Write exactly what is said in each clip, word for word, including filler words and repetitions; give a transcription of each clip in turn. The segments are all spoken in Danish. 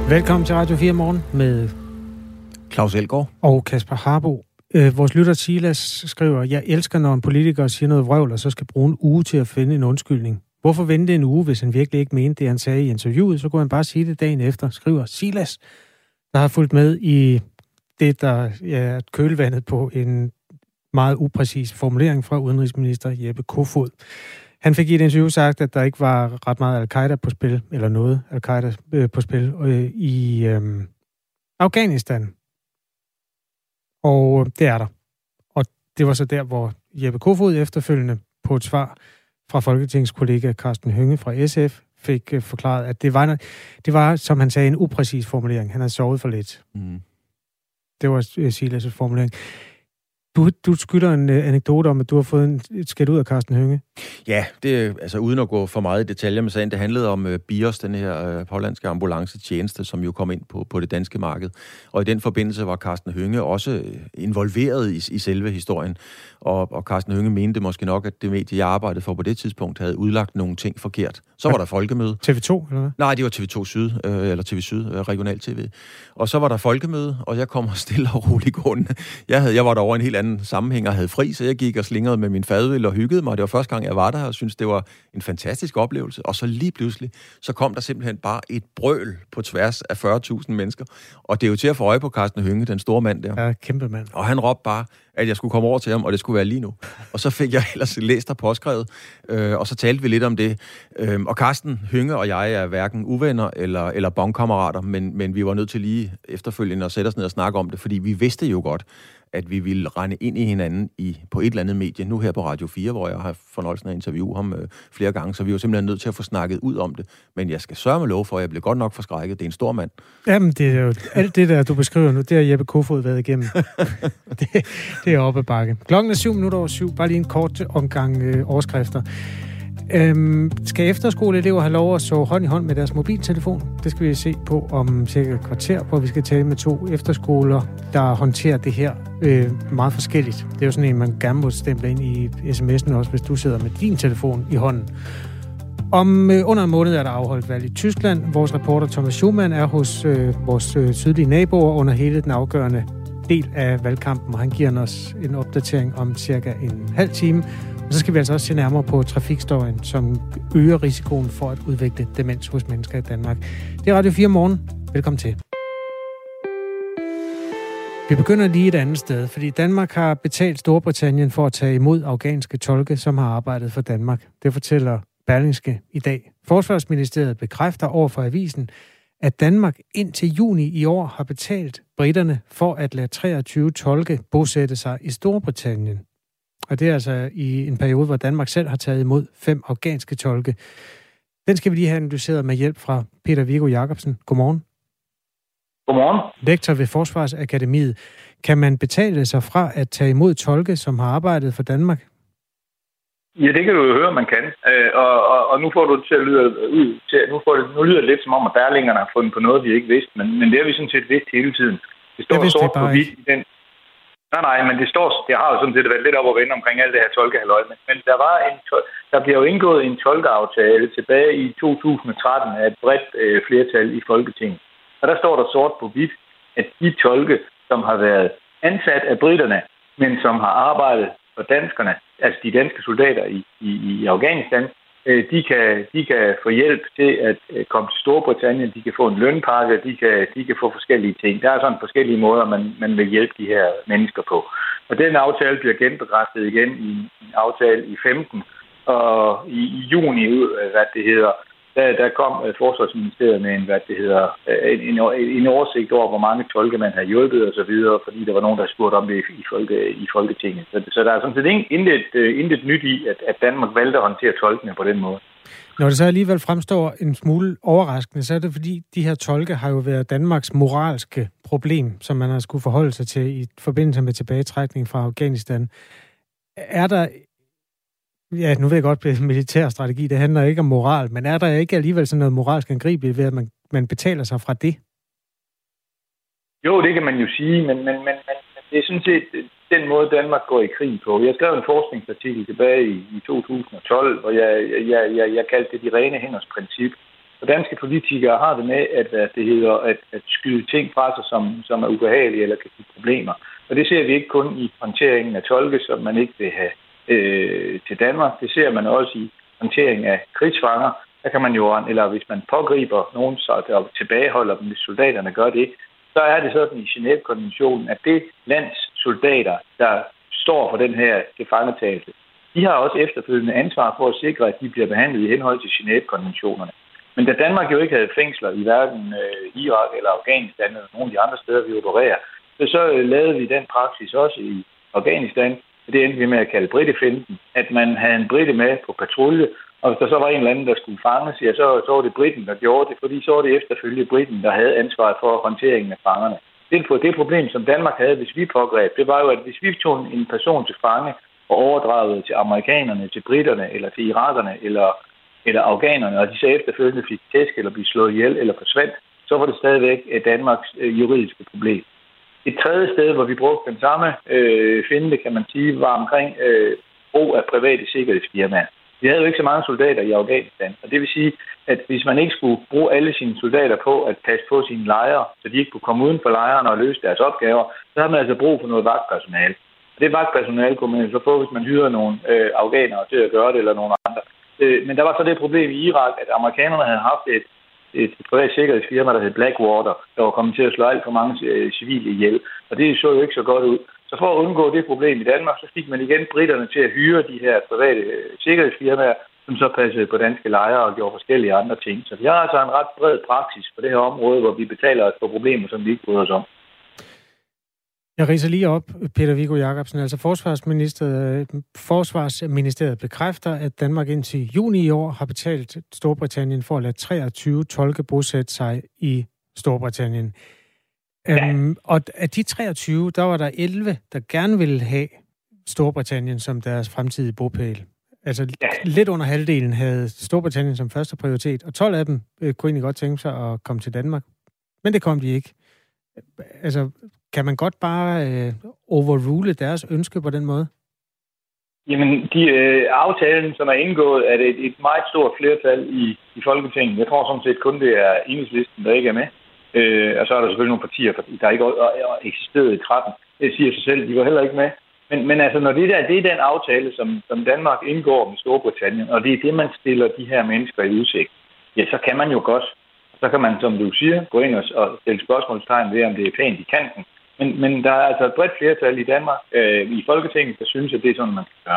Velkommen til Radio fire Morgen med Claus Elgaard og Kasper Harbo. Øh, vores lytter Silas skriver, jeg elsker, når en politiker siger noget vrøvl, og så skal bruge en uge til at finde en undskyldning. Hvorfor vente en uge, hvis han virkelig ikke mente det, han sagde i interviewet? Så kunne han bare sige det dagen efter, skriver Silas, der har fulgt med i det, der er kølvandet på en meget upræcis formulering fra udenrigsminister Jeppe Kofod. Han fik i et interview sagt, at der ikke var ret meget al-Qaida på spil, eller noget al-Qaida øh, på spil, øh, i øh, Afghanistan. Og det er der. Og det var så der, hvor Jeppe Kofod efterfølgende på et svar fra Folketingets kollega Karsten Hønge fra S F fik øh, forklaret, at det var, det var, som han sagde, en upræcis formulering. Han havde sovet for lidt. Mm. Det var øh, Silas' formulering. Du, du skylder en uh, anekdote om, at du har fået en, et skæld ud af Karsten Hønge. Ja, det altså uden at gå for meget i detaljer med sagen, det handlede om uh, BIOS, den her uh, hollandske ambulancetjeneste, som jo kom ind på, på det danske marked. Og i den forbindelse var Karsten Hønge også involveret i, i selve historien. Og, og Karsten Hønge mente måske nok, at det medie, jeg arbejdede for på det tidspunkt, havde udlagt nogle ting forkert. Så var der folkemøde. T V to, eller hvad? Nej, det var T V to Syd, øh, eller T V Syd, øh, regional T V. Og så var der folkemøde, og jeg kom stille og roligt gående. Jeg, havde, jeg var der over en helt anden sammenhæng og havde fri, så jeg gik og slingrede med min fadøl og hyggede mig. Det var første gang, jeg var der, og syntes, det var en fantastisk oplevelse. Og så lige pludselig, så kom der simpelthen bare et brøl på tværs af fyrre tusind mennesker. Og det er jo til at få øje på Karsten Hønge, den store mand der. Ja, kæmpe mand. Og han råbte bare, at jeg skulle komme over til ham, og det skulle være lige nu. Og så fik jeg ellers læst og påskrevet, øh, og så talte vi lidt om det. Øh, og Karsten Hønge og jeg er hverken uvenner eller, eller bonkammerater, men, men vi var nødt til lige efterfølgende at sætte os ned og snakke om det, fordi vi vidste jo godt, at vi ville rende ind i hinanden i, på et eller andet medie, nu her på Radio fire, hvor jeg har fornøjelsen af at interviewe ham øh, flere gange, så vi var simpelthen nødt til at få snakket ud om det. Men jeg skal sørge med lov for, at jeg blev godt nok forskrækket. Det er en stor mand. Jamen, det er jo alt det der, du beskriver nu, det har Jeppe Kofod været igennem. det, det er oppe ad bakke. Klokken er syv minutter over syv. Bare lige en kort omgang øh, overskrifter. Øhm, skal efterskoleelever have lov at sove hånd i hånd med deres mobiltelefon? Det skal vi se på om cirka et kvarter, hvor vi skal tale med to efterskoler, der håndterer det her øh, meget forskelligt. Det er jo sådan en, man gerne må stemple ind i sms'en også, hvis du sidder med din telefon i hånden. Om øh, under en måned er der afholdt valg i Tyskland. Vores reporter Thomas Schumann er hos øh, vores øh, sydlige naboer under hele den afgørende del af valgkampen, og han giver os en opdatering om cirka en halv time. Og så skal vi altså også se nærmere på trafikstøjen, som øger risikoen for at udvikle demens hos mennesker i Danmark. Det er Radio fire Morgen. Velkommen til. Vi begynder lige et andet sted, fordi Danmark har betalt Storbritannien for at tage imod afghanske tolke, som har arbejdet for Danmark. Det fortæller Berlingske i dag. Forsvarsministeriet bekræfter over for avisen, at Danmark indtil juni i år har betalt briterne for at lade treogtyve tolke bosætte sig i Storbritannien. Og det er altså i en periode, hvor Danmark selv har taget imod fem afghanske tolke. Den skal vi lige have analyseret med hjælp fra Peter Viggo Jacobsen. Godmorgen. Godmorgen. Lektor ved Forsvarsakademiet. Kan man betale sig fra at tage imod tolke, som har arbejdet for Danmark? Ja, det kan du jo høre, man kan. Øh, og, og, og nu får du det til at lyde ud til, nu, får det, nu lyder det lidt som om, at berlingerne har fundet på noget, vi ikke vidste, men, men det har vi sådan set vidst hele tiden. Det står sort på hvidt i den. Nej, nej, men det står, det har jo sådan set været lidt op og vende omkring alt det her tolkehalløj, men, men der var en, der bliver jo indgået en tolkeaftale tilbage i to tusind og tretten af et bredt øh, flertal i Folketinget. Og der står der sort på hvidt, at de tolke, som har været ansat af briterne, men som har arbejdet for danskerne, altså de danske soldater i, i, i Afghanistan, øh, de, kan, de kan få hjælp til at øh, komme til Storbritannien, de kan få en lønpakke, de kan, de kan få forskellige ting. Der er sådan forskellige måder, man, man vil hjælpe de her mennesker på. Og den aftale bliver genbekræftet igen i en aftale i femten, og i, i juni, hvad det hedder, Der, der kom uh, Forsvarsministeriet med en, hvad det hedder, en, en, en oversigt over, hvor mange tolke man har hjulpet og så videre, fordi der var nogen, der spurgte om det i, i, folke, i Folketinget. Så, så der er sådan set intet, uh, intet nyt i, at, at Danmark valgte at håndtere tolkene på den måde. Når det så alligevel fremstår en smule overraskende, så er det fordi, de her tolke har jo været Danmarks moralske problem, som man har skulle forholde sig til i forbindelse med tilbagetrækning fra Afghanistan. Er der... Ja, nu ved jeg godt, at militær strategi, det handler ikke om moral, men er der ikke alligevel sådan noget moralsk angribeligt ved, at man, man betaler sig fra det? Jo, det kan man jo sige, men, men, men, men det er sådan set den måde, Danmark går i krig på. Jeg skrev en forskningsartikel tilbage i, i to tusind og tolv, hvor jeg, jeg, jeg, jeg kaldte det de rene hænders princip. Og danske politikere har det med, at, at det hedder at, at skyde ting fra sig, som, som er ubehagelige eller kan give problemer. Og det ser vi ikke kun i håndteringen af tolke, som man ikke vil have øh, til Danmark. Det ser man også i håndteringen af krigsfanger. Der kan man jo, eller hvis man pågriber nogen, så og tilbageholder dem, hvis soldaterne gør det, så er det sådan i Genève-konventionen, at det lands soldater, der står for den her tilfangetagelse, de har også efterfølgende ansvar for at sikre, at de bliver behandlet i henhold til Genève-konventionerne. Men da Danmark jo ikke havde fængsler i hverken øh, Irak eller Afghanistan eller nogle af de andre steder, vi opererer, så, så øh, lavede vi den praksis også i Afghanistan. Det endte vi med at kalde Britefinten, at man havde en brite med på patrulje, og hvis der så var en eller anden, der skulle fanges, ja, så, så var det briten, der gjorde det, fordi så var det efterfølgende briten, der havde ansvaret for håndteringen af fangerne. Det, det problem, som Danmark havde, hvis vi pågreb, det var jo, at hvis vi tog en person til fange og overdragede til amerikanerne, til briterne, eller til irakerne, eller, eller afghanerne, og de så efterfølgende fik tæsk eller blev slået ihjel eller forsvandt, så var det stadigvæk Danmarks øh, juridiske problem. Et tredje sted, hvor vi brugte den samme øh, finde, kan man sige, var omkring øh, brug af private sikkerhedsfirmaer. Vi havde jo ikke så mange soldater i Afghanistan, og det vil sige, at hvis man ikke skulle bruge alle sine soldater på at passe på sine lejre, så de ikke kunne komme uden for lejrene og løse deres opgaver, så havde man altså brug for noget vagtpersonale. Og det vagtpersonale kunne man så få, hvis man hyrede nogle øh, afghanere til at gøre det, eller nogle andre. Øh, men der var så det problem i Irak, at amerikanerne havde haft et, et privat sikkerhedsfirma, der hed Blackwater, der var kommet til at slå alt for mange øh, civile ihjel. Og det så jo ikke så godt ud. Så for at undgå det problem i Danmark, så fik man igen britterne til at hyre de her private øh, sikkerhedsfirmaer, som så passede på danske lejre og gjorde forskellige andre ting. Så vi har altså en ret bred praksis på det her område, hvor vi betaler os for problemer, som vi ikke bryder os om. Jeg ridser lige op, Peter Viggo Jacobsen. Altså Forsvarsministeriet, Forsvarsministeriet bekræfter, at Danmark indtil juni i år har betalt Storbritannien for at lade treogtyve tolke bosætte sig i Storbritannien. Ja. Øhm, og af de treogtyve, der var der elleve, der gerne ville have Storbritannien som deres fremtidige bopæl. Altså ja. Lidt under halvdelen havde Storbritannien som første prioritet, og tolv af dem øh, kunne egentlig godt tænke sig at komme til Danmark. Men det kom de ikke. Altså, kan man godt bare øh, overrule deres ønske på den måde? Jamen, de øh, aftalen, som er indgået, er det et, et meget stort flertal i, i Folketinget. Jeg tror sådan set kun, det er Enhedslisten, der ikke er med. Øh, og så er der selvfølgelig nogle partier, der ikke eksisterede i tretten. Det siger sig selv, de var heller ikke med. Men, men altså, når det, der, det er den aftale, som, som Danmark indgår med Storbritannien, og det er det, man stiller de her mennesker i udsigt, ja, så kan man jo godt. Så kan man, som du siger, gå ind og, og stille spørgsmålstegn ved, om det er pænt i kanten. Men, men der er altså et bredt flertal i Danmark, øh, i Folketinget, der synes, at det er sådan, man skal gøre.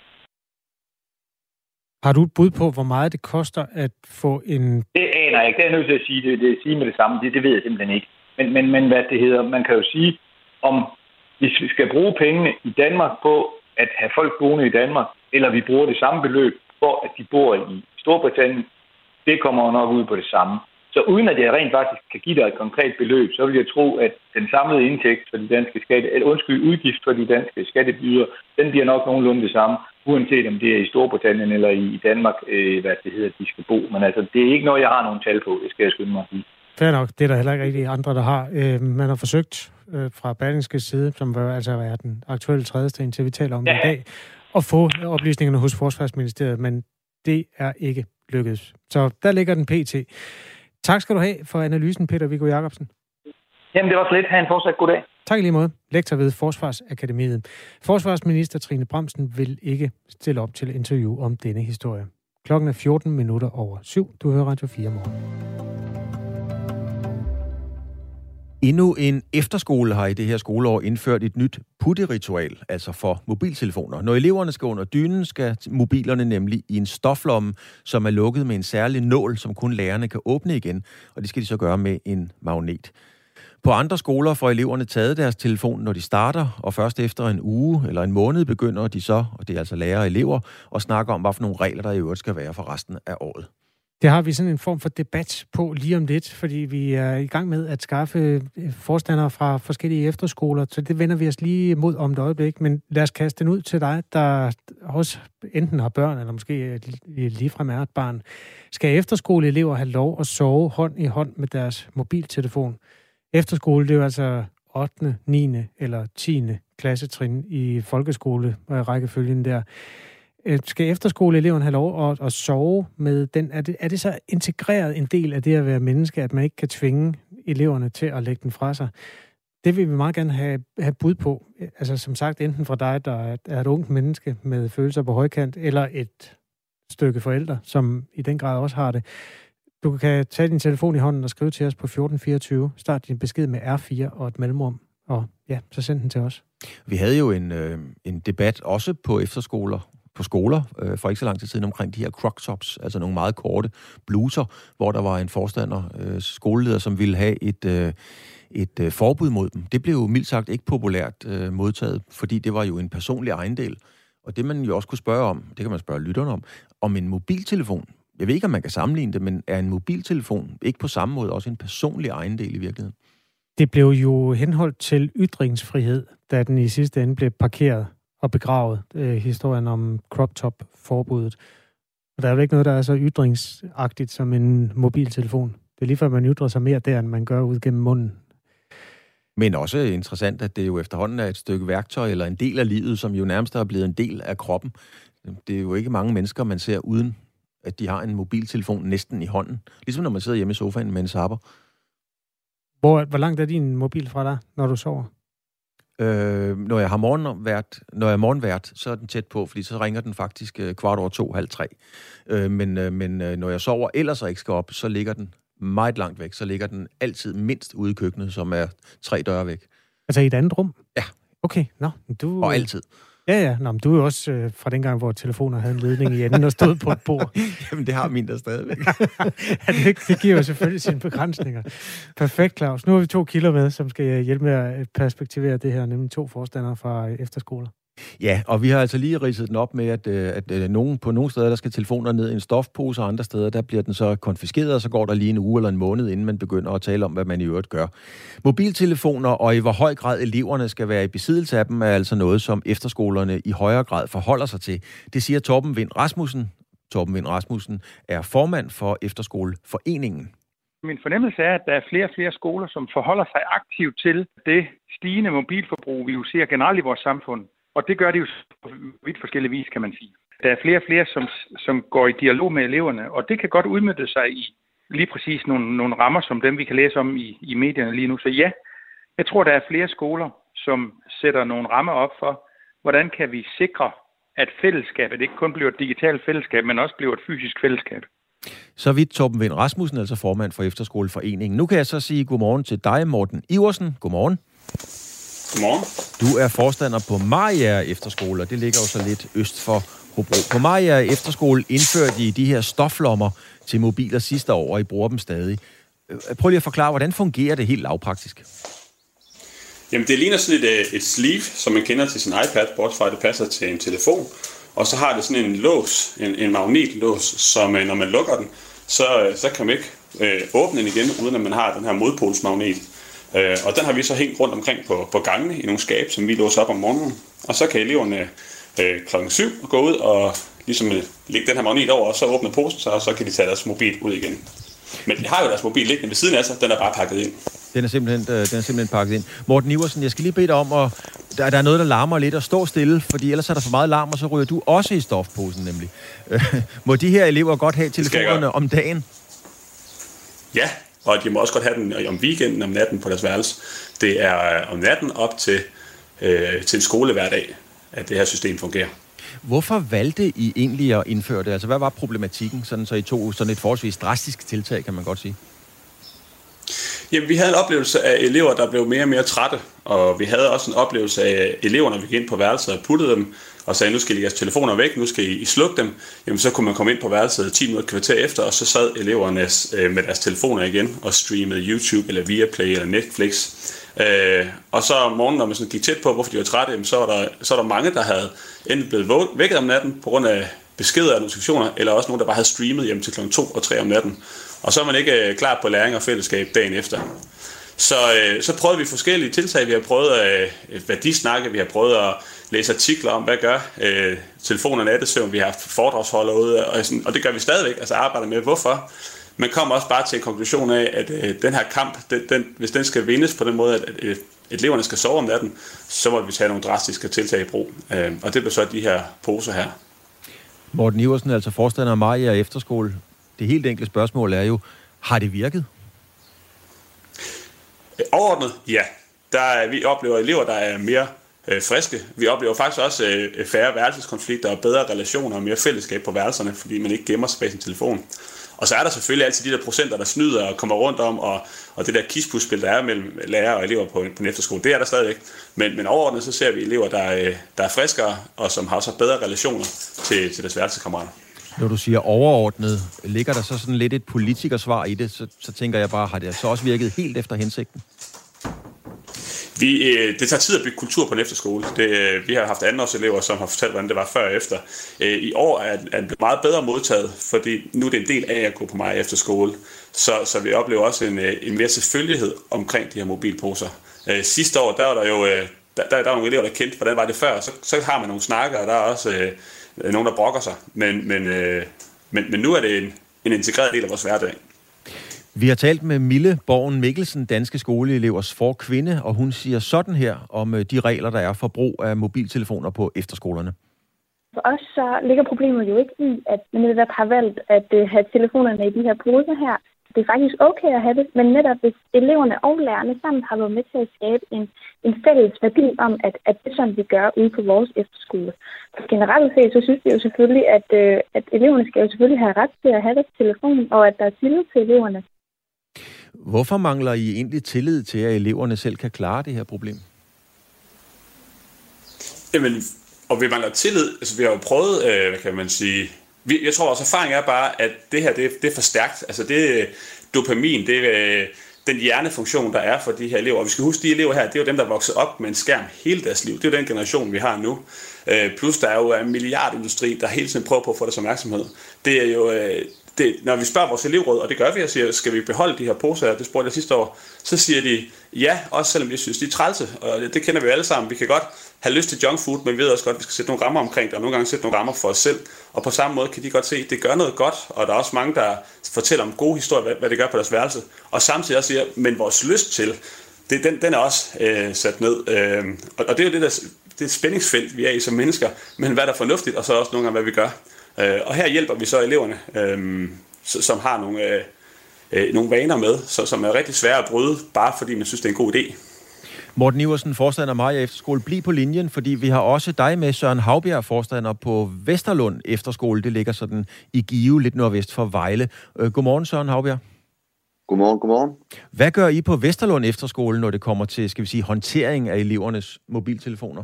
Har du et bud på, hvor meget det koster at få en... Det aner jeg ikke. Det er jeg nødt til at sige, det, det sige med det samme. Det, det ved jeg simpelthen ikke. Men, men, men hvad det hedder, man kan jo sige, om hvis vi skal bruge pengene i Danmark på at have folk boende i Danmark, eller vi bruger det samme beløb for, at de bor i Storbritannien, det kommer jo nok ud på det samme. Så uden at jeg rent faktisk kan give dig et konkret beløb, så vil jeg tro, at den samlede indtægt for de danske skatte, eller undskyld, udgift for de danske skattebyder, den bliver nok nogenlunde det samme, uanset om det er i Storbritannien eller i Danmark, øh, hvad det hedder, de skal bo. Men altså, det er ikke noget, jeg har nogen tal på, det skal jeg skynde mig at sige. Fair nok, det er der heller ikke rigtig andre, der har. Øh, man har forsøgt øh, fra Berlingskes side, som var altså er den aktuelle trædesten til, vi taler om ja. i dag, at få oplysningerne hos Forsvarsministeriet, men det er ikke lykkedes. Så der ligger den P T. Tak skal du have for analysen, Peter Viggo Jacobsen. Jamen, det var slet. Ha' en fortsat god dag. Tak i lige måde. Lektor ved Forsvarsakademiet. Forsvarsminister Trine Bramsen vil ikke stille op til interview om denne historie. Klokken er fjorten minutter over syv. Du hører Radio fire morgen. Endnu en efterskole har i det her skoleår indført et nyt putteritual, altså for mobiltelefoner. Når eleverne skal under dynen, skal mobilerne nemlig i en stoflomme, som er lukket med en særlig nål, som kun lærerne kan åbne igen, og det skal de så gøre med en magnet. På andre skoler får eleverne taget deres telefon, når de starter, og først efter en uge eller en måned begynder de så, og det er altså lærere og elever, at snakke om, hvad for nogle regler, der i øvrigt skal være for resten af året. Det har vi sådan en form for debat på lige om lidt, fordi vi er i gang med at skaffe forstandere fra forskellige efterskoler, så det vender vi os lige mod om et øjeblik. Men lad os kaste den ud til dig, der også enten har børn, eller måske ligefrem er et barn. Skal efterskoleelever have lov at sove hånd i hånd med deres mobiltelefon? Efterskole, det er jo altså ottende, niende eller tiende klassetrin i folkeskole, rækkefølgen der. Skal efterskoleeleverne have lov at, at sove med den? Er det, er det så integreret en del af det at være menneske, at man ikke kan tvinge eleverne til at lægge den fra sig? Det vil vi meget gerne have, have bud på. Altså som sagt, enten fra dig, der er, er et ungt menneske med følelser på højkant, eller et stykke forældre, som i den grad også har det. Du kan tage din telefon i hånden og skrive til os på fjorten fireogtyve. Start din besked med R fire og et mellemrum. Og ja, så send den til os. Vi havde jo en, øh, en debat også på efterskoler, på skoler, øh, for ikke så lang tid siden omkring de her crop tops, altså nogle meget korte bluser, hvor der var en forstander, øh, skoleleder, som ville have et, øh, et øh, forbud mod dem. Det blev jo mildt sagt ikke populært øh, modtaget, fordi det var jo en personlig ejendel. Og det man jo også kunne spørge om, det kan man spørge lytterne om, om en mobiltelefon. Jeg ved ikke, om man kan sammenligne det, men er en mobiltelefon ikke på samme måde også en personlig ejendel i virkeligheden? Det blev jo henholdt til ytringsfrihed, da den i sidste ende blev parkeret og begravet, øh, historien om crop top-forbuddet. Og der er jo ikke noget, der er så ytringsagtigt som en mobiltelefon. Det er lige før, man ytrer sig mere der, end man gør ud gennem munden. Men også interessant, at det jo efterhånden er et stykke værktøj, eller en del af livet, som jo nærmest er blevet en del af kroppen. Det er jo ikke mange mennesker, man ser uden, at de har en mobiltelefon næsten i hånden. Ligesom når man sidder hjemme i sofaen med en zapper. Hvor, hvor langt er din mobil fra dig, når du sover? Øh, når jeg har morgenvært, når jeg er morgenvært, så er den tæt på, fordi så ringer den faktisk øh, kvart over to, halv tre. Øh, men øh, men øh, når jeg sover, ellers ikke skal op, så ligger den meget langt væk. Så ligger den altid mindst ude i køkkenet, som er tre døre væk. Altså i et andet rum? Ja. Okay, nå. Du... Og altid. Ja, ja. Nå, men du er jo også øh, fra dengang, hvor telefoner havde en ledning i enden og stod på et bord. Jamen, det har min der stadigvæk. ja, det, det giver jo selvfølgelig sine begrænsninger. Perfekt, Claus. Nu har vi to kilder med, som skal hjælpe med at perspektivere det her, nemlig to forstandere fra efterskoler. Ja, og vi har altså lige ridset den op med, at, at, at nogen, på nogle steder, der skal telefoner ned i en stofpose, og andre steder, der bliver den så konfiskeret, og så går der lige en uge eller en måned, inden man begynder at tale om, hvad man i øvrigt gør. Mobiltelefoner, og i hvor høj grad eleverne skal være i besiddelse af dem, er altså noget, som efterskolerne i højere grad forholder sig til. Det siger Torben Wind Rasmussen. Torben Wind Rasmussen er formand for Efterskoleforeningen. Min fornemmelse er, at der er flere og flere skoler, som forholder sig aktivt til det stigende mobilforbrug, vi jo ser generelt i vores samfund. Og det gør det jo på vidt forskellige vis, kan man sige. Der er flere og flere, som, som går i dialog med eleverne, og det kan godt udmønte sig i lige præcis nogle, nogle rammer, som dem, vi kan læse om i, i medierne lige nu. Så ja, jeg tror, der er flere skoler, som sætter nogle rammer op for, hvordan kan vi sikre, at fællesskabet ikke kun bliver et digitalt fællesskab, men også bliver et fysisk fællesskab. Så vidt Torben Wind Rasmussen, altså formand for Efterskoleforeningen. Nu kan jeg så sige godmorgen til dig, Morten Iversen. Godmorgen. Godmorgen. Du er forstander på Mariager Efterskole, og det ligger jo så lidt øst for Hobro. På Mariager Efterskole indførte I de her stoflommer til mobiler sidste år, og I bruger dem stadig. Prøv lige at forklare, hvordan fungerer det helt lavpraktisk? Jamen, det ligner sådan et, et sleeve, som man kender til sin iPad, bortset fra at det passer til en telefon. Og så har det sådan en lås, en, en magnetlås, som når man lukker den, så, så kan man ikke øh, åbne den igen, uden at man har den her modpolsmagnet. Øh, og den har vi så hængt rundt omkring på, på gangene i nogle skab, som vi låser op om morgenen. Og så kan eleverne øh, klokken syv gå ud og ligesom lægge den her magnet over, og så åbne posen, så, og så kan de tage deres mobil ud igen. Men de har jo deres mobil liggende ved siden af sig, den er bare pakket ind. Den er simpelthen, øh, den er simpelthen pakket ind. Morten Iversen, jeg skal lige bede dig om, at der, der er noget, der larmer lidt, og stå stille, fordi ellers er der for meget larm, og så ryger du også i stofposen nemlig. Må de her elever godt have telefonerne om dagen? Ja, og de må også godt have den om weekenden, om natten på deres værelse. Det er om natten op til, øh, til en skole hver dag, at det her system fungerer. Hvorfor valgte I egentlig at indføre det? Altså, hvad var problematikken, sådan, så I tog sådan et forholdsvis drastisk tiltag, kan man godt sige? Jamen, vi havde en oplevelse af elever, der blev mere og mere trætte, og vi havde også en oplevelse af elever, når vi gik ind på værelset og puttede dem, og sagde, nu skal I lægge jeres telefoner væk, nu skal I slukke dem. Jamen, så kunne man komme ind på værelset ti minutter kvarter efter, og så sad eleverne med deres telefoner igen og streamede YouTube eller Viaplay eller Netflix. Øh, og så om morgenen, når man sådan gik tæt på, hvorfor de var trætte, jamen, så, var der, så var der mange, der havde enten blevet vækket om natten på grund af beskeder og notifikationer, eller også nogen, der bare havde streamet hjem til klokken to og tre om natten. Og så er man ikke klar på læring og fællesskab dagen efter. Så, øh, så prøvede vi forskellige tiltag. Vi har prøvet øh, værdisnakke, vi har prøvet at læse artikler om, hvad gør øh, telefoner og nattesøvn. Vi har haft foredragsholder ude, og, sådan, og det gør vi stadigvæk, altså arbejder med, hvorfor. Man kommer også bare til en konklusion af, at øh, den her kamp, den, den, hvis den skal vindes på den måde, at, at, at eleverne skal sove om natten, så må vi tage nogle drastiske tiltag i brug. Øh, og det bliver så de her poser her. Morten Iversen, altså forstander af Mariager Efterskole. Det helt enkle spørgsmål er jo, har det virket? Overordnet, ja. Der er, vi oplever elever, der er mere øh, friske. Vi oplever faktisk også øh, færre værelseskonflikter og bedre relationer og mere fællesskab på værelserne, fordi man ikke gemmer sig bag sin telefon. Og så er der selvfølgelig altid de der procenter, der snyder og kommer rundt om, og, og det der kispusspil, der er mellem lærere og elever på, på en efterskole, det er der stadigvæk. Men, men overordnet så ser vi elever, der, der er friskere, og som har så bedre relationer til, til deres værelseskammerater. Når du siger overordnet, ligger der så sådan lidt et politikersvar i det, så, så tænker jeg bare, har det så også virket helt efter hensigten? Vi, øh, det tager tid at bygge kultur på en efterskole. Det, øh, vi har haft andenårselever, som har fortalt, hvordan det var før og efter. Øh, I år er, er det meget bedre modtaget, fordi nu er det en del af at gå på mig efterskole. Så, så vi oplever også en, en mere selvfølgelighed omkring de her mobilposer. Øh, sidste år, der var der jo øh, der, der, der var nogle elever, der kendte, hvordan var det før. Så, så har man nogle snakker, og der er også øh, nogen, der brokker sig. Men, men, øh, men, men nu er det en, en integreret del af vores hverdag. Vi har talt med Mille Borgen Mikkelsen, Danske Skoleelevers forkvinde, og hun siger sådan her om de regler, der er for brug af mobiltelefoner på efterskolerne. For os så ligger problemet jo ikke i, at man netop har valgt at have telefonerne i de her poser her. Det er faktisk okay at have det, men netop hvis eleverne og lærerne sammen har været med til at skabe en, en fælles værdi om, at, at det er sådan, vi gør ude på vores efterskole. For generelt set, så synes vi jo selvfølgelig, at, at eleverne skal jo selvfølgelig have ret til at have deres telefon, og at der er tillid til eleverne. Hvorfor mangler I egentlig tillid til, at eleverne selv kan klare det her problem? Jamen, og vi mangler tillid. Altså, vi har jo prøvet, øh, hvad kan man sige... Vi, jeg tror, vores erfaring er bare, at det her, det, det er for stærkt. Altså, det dopamin, det er den hjernefunktion, der er for de her elever. Og vi skal huske, de elever her, det er jo dem, der er vokset op med en skærm hele deres liv. Det er jo den generation, vi har nu. Øh, plus, der er jo en milliardindustri, der hele tiden prøver på at få deres opmærksomhed. Det er jo... Øh, Det, når vi spørger vores elevråd, og det gør vi, og siger, skal vi beholde de her poser, det spurgte jeg sidste år, så siger de ja, også selvom vi synes, de er trælse, og det, det kender vi alle sammen. Vi kan godt have lyst til junk food, men vi ved også godt, at vi skal sætte nogle rammer omkring det, og nogle gange sætte nogle rammer for os selv. Og på samme måde kan de godt se, at det gør noget godt, og der er også mange, der fortæller om gode historier, hvad, hvad det gør på deres værelse, og samtidig også siger, men vores lyst til, det, den, den er også øh, sat ned. Øh, og, og det er jo det, der, det er et spændingsfelt, vi er i som mennesker, men hvad der er fornuftigt, og så også nogle gange, hvad vi gør. Og her hjælper vi så eleverne, øh, som har nogle, øh, nogle vaner med, så, som er rigtig svære at bryde, bare fordi man synes, det er en god idé. Morten Iversen, forstander af Mariager Efterskole. Bliv på linjen, fordi vi har også dig med, Søren Haubjerg, forstander på Vesterlund Efterskole. Det ligger sådan i Give, lidt nordvest for Vejle. Øh, godmorgen, Søren Haubjerg. Godmorgen, godmorgen. Hvad gør I på Vesterlund Efterskole, når det kommer til, skal vi sige, håndtering af elevernes mobiltelefoner?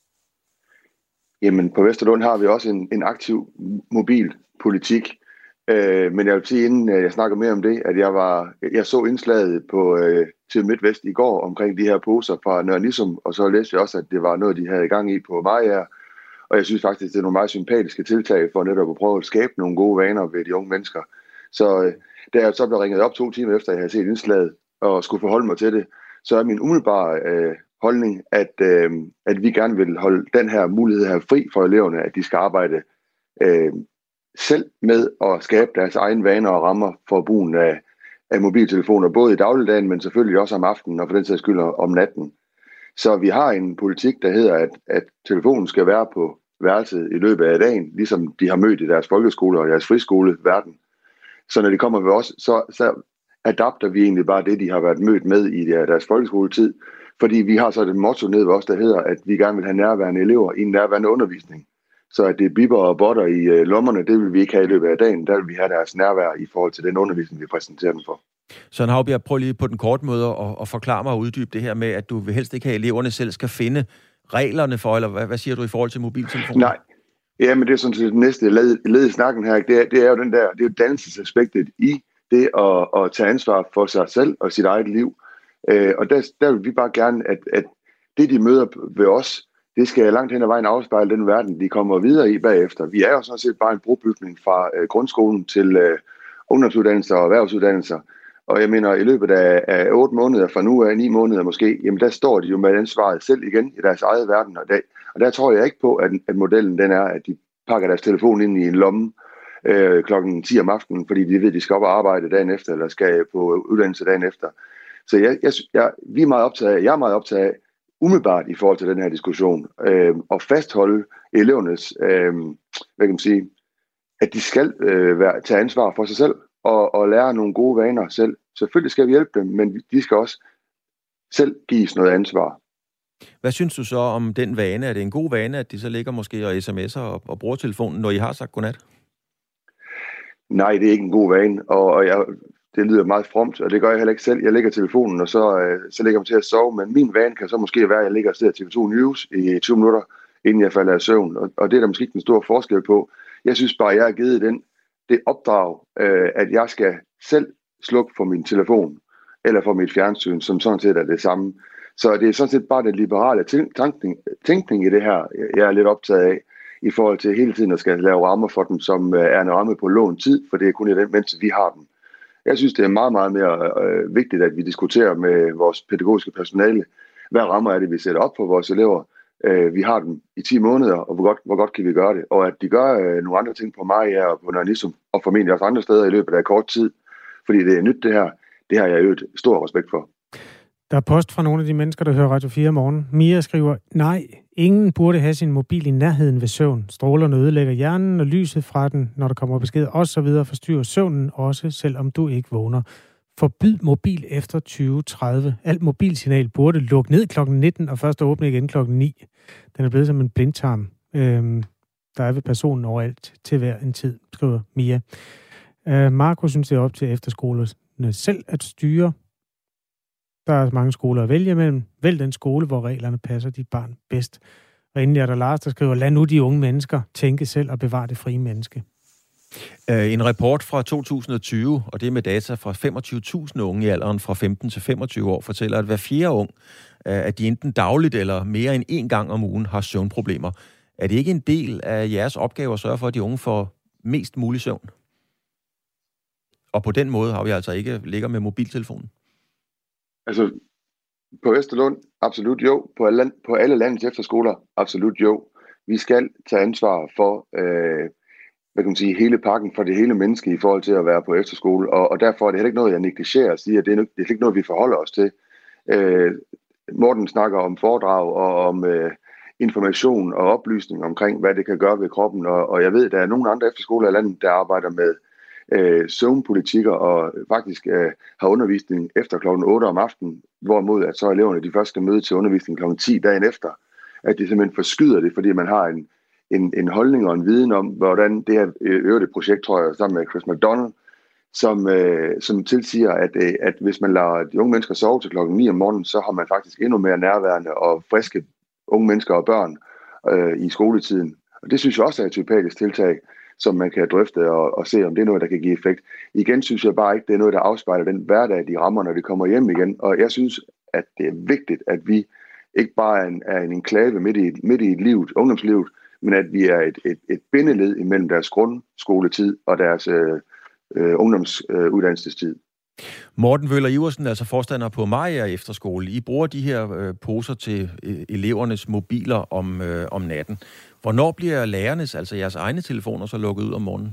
Jamen, på Vesterlund har vi også en, en aktiv mobilpolitik. Øh, men jeg vil sige, inden jeg snakker mere om det, at jeg var jeg så indslaget på øh, til Midtvest i går omkring de her poser fra Nørre Nissum, og så læste jeg også, at det var noget, de havde i gang i på Mariager. Og jeg synes faktisk, det er nogle meget sympatiske tiltag for netop at prøve at skabe nogle gode vaner ved de unge mennesker. Så øh, da jeg så blev ringet op to timer efter, jeg havde set indslaget og skulle forholde mig til det, så er min umiddelbare øh, holdning, at, øh, at vi gerne vil holde den her mulighed her fri for eleverne, at de skal arbejde øh, selv med at skabe deres egne vaner og rammer for brugen af, af mobiltelefoner, både i dagligdagen, men selvfølgelig også om aftenen og for den sags skyld om natten. Så vi har en politik, der hedder, at, at telefonen skal være på værelset i løbet af dagen, ligesom de har mødt i deres folkeskole og deres friskoleverden. Så når de kommer ved os, så, så adapter vi egentlig bare det, de har været mødt med i deres folkeskoletid, fordi vi har så et motto nede ved os, der hedder, at vi gerne vil have nærværende elever i en nærværende undervisning. Så at det er bipper og botter i øh, lommerne, det vil vi ikke have i løbet af dagen. Der vil vi have deres nærvær i forhold til den undervisning, vi præsenterer dem for. Søren Haubjerg, prøv lige på den korte måde at, at forklare mig og uddybe det her med, at du vil helst ikke have, at eleverne selv skal finde reglerne for, eller hvad, hvad siger du i forhold til mobiltelefoner? Nej, ja, men det er sådan set det næste led, led i snakken her. Det er, det er jo den der, det er jo dannelsesaspektet i det at, at tage ansvar for sig selv og sit eget liv. Øh, og der, der vil vi bare gerne, at, at det, de møder ved os, det skal langt hen ad vejen afspejle den verden, de kommer videre i bagefter. Vi er jo sådan set bare en brobygning fra øh, grundskolen til øh, ungdomsuddannelser og erhvervsuddannelser. Og jeg mener, i løbet af, af otte måneder, fra nu af ni måneder måske, jamen der står de jo med ansvaret selv igen i deres eget verden. Og der, og der tror jeg ikke på, at, at modellen den er, at de pakker deres telefon ind i en lomme øh, klokken ti om aftenen, fordi de ved, at de skal op og arbejde dagen efter, eller skal på uddannelse dagen efter. Så jeg, jeg, jeg, vi er meget optaget af, jeg er meget optaget af, umiddelbart i forhold til den her diskussion, øh, og fastholde elevernes øh, hvad kan man sige, at de skal øh, være, tage ansvar for sig selv og, og lære nogle gode vaner selv. Selvfølgelig skal vi hjælpe dem, men de skal også selv gives noget ansvar. Hvad synes du så om den vane? Er det en god vane, at de så ligger måske og sms'er og, og bruger telefonen, når I har sagt godnat? Nej, det er ikke en god vane, og, og jeg, det lyder meget fromt, og det gør jeg heller ikke selv. Jeg lægger telefonen, og så, øh, så lægger jeg mig til at sove, men min vane kan så måske være, at jeg ligger og ser T V to News i tyve minutter, inden jeg falder i søvn, og, og det er der måske ikke en stor forskel på. Jeg synes bare, at jeg har givet den, det opdrag, øh, at jeg skal selv slukke for min telefon, eller for mit fjernsyn, som sådan set er det samme. Så det er sådan set bare den liberale tænkning, tænkning i det her, jeg er lidt optaget af, i forhold til hele tiden at skal lave rammer for dem, som er en ramme på lån tid, for det er kun i den, mens vi har dem. Jeg synes, det er meget, meget mere øh, vigtigt, at vi diskuterer med vores pædagogiske personale, hvad rammer er det, vi sætter op for vores elever. Øh, vi har dem i ti måneder, og hvor godt, hvor godt kan vi gøre det. Og at de gør øh, nogle andre ting på Maja og på Nørre og formentlig også andre steder i løbet af kort tid, fordi det er nyt det her, det har jeg jo et stor respekt for. Der er post fra nogle af de mennesker, der hører Radio fire om morgenen. Mia skriver, nej, ingen burde have sin mobil i nærheden ved søvn. Strålerne ødelægger hjernen, og lyset fra den, når der kommer besked, og så videre, forstyrrer søvnen også, selvom du ikke vågner. Forbyd mobil efter tyve tredive. Alt mobilsignal burde lukke ned klokken nitten, og først åbne igen klokken ni. Den er blevet som en blindtarm. Øhm, der er ved personen overalt til hver en tid, skriver Mia. Øh, Marco synes, det er op til efterskolerne selv at styre. Der er mange skoler at vælge mellem. Vælg den skole, hvor reglerne passer dit barn bedst. Og endelig er der Lars, der skriver, lad nu de unge mennesker tænke selv og bevare det frie menneske. En rapport fra to tusind og tyve, og det er med data fra femogtyve tusind unge i alderen fra femten til femogtyve år, fortæller, at hver fjerde ung, at de enten dagligt eller mere end en gang om ugen har søvnproblemer. Er det ikke en del af jeres opgave at sørge for, at de unge får mest mulig søvn? Og på den måde har vi altså ikke ligger med mobiltelefonen. Altså, på Vesterlund, absolut jo. På alle, på alle landets efterskoler, absolut jo. Vi skal tage ansvar for, øh, hvad kan man sige, hele pakken for det hele menneske i forhold til at være på efterskole. Og, og derfor er det heller ikke noget, jeg negligerer at sige, at det er, det er ikke noget, vi forholder os til. Øh, Morten snakker om foredrag og om øh, information og oplysning omkring, hvad det kan gøre ved kroppen. Og, og jeg ved, at der er nogle andre efterskoler i landet, der arbejder med Øh, søvnpolitikker og faktisk øh, har undervisning efter klokken otte om aftenen, hvorimod at så eleverne de først skal møde til undervisning klokken ti dagen efter, at de simpelthen forskyder det, fordi man har en, en, en holdning og en viden om, hvordan det her øvrige projekt, tror jeg, sammen med Chris McDonald, som, øh, som tilsiger, at, øh, at hvis man lader de unge mennesker sove til klokken ni om morgenen, så har man faktisk endnu mere nærværende og friske unge mennesker og børn øh, i skoletiden. Og det synes jeg også er et sympatisk tiltag, som man kan drøfte og, og se, om det er noget, der kan give effekt. Igen synes jeg bare ikke, det er noget, der afspejler den hverdag, de rammer, når de kommer hjem igen. Og jeg synes, at det er vigtigt, at vi ikke bare er en, er en enklave midt i, midt i livet, ungdomslivet, men at vi er et, et, et bindeled imellem deres grundskoletid og deres øh, øh, ungdomsuddannelsestid. Morten Vøller Iversen, altså forstander på Maja Efterskole. I bruger de her øh, poser til øh, elevernes mobiler om, øh, om natten. Hvornår bliver lærernes, altså jeres egne telefoner, så lukket ud om morgenen?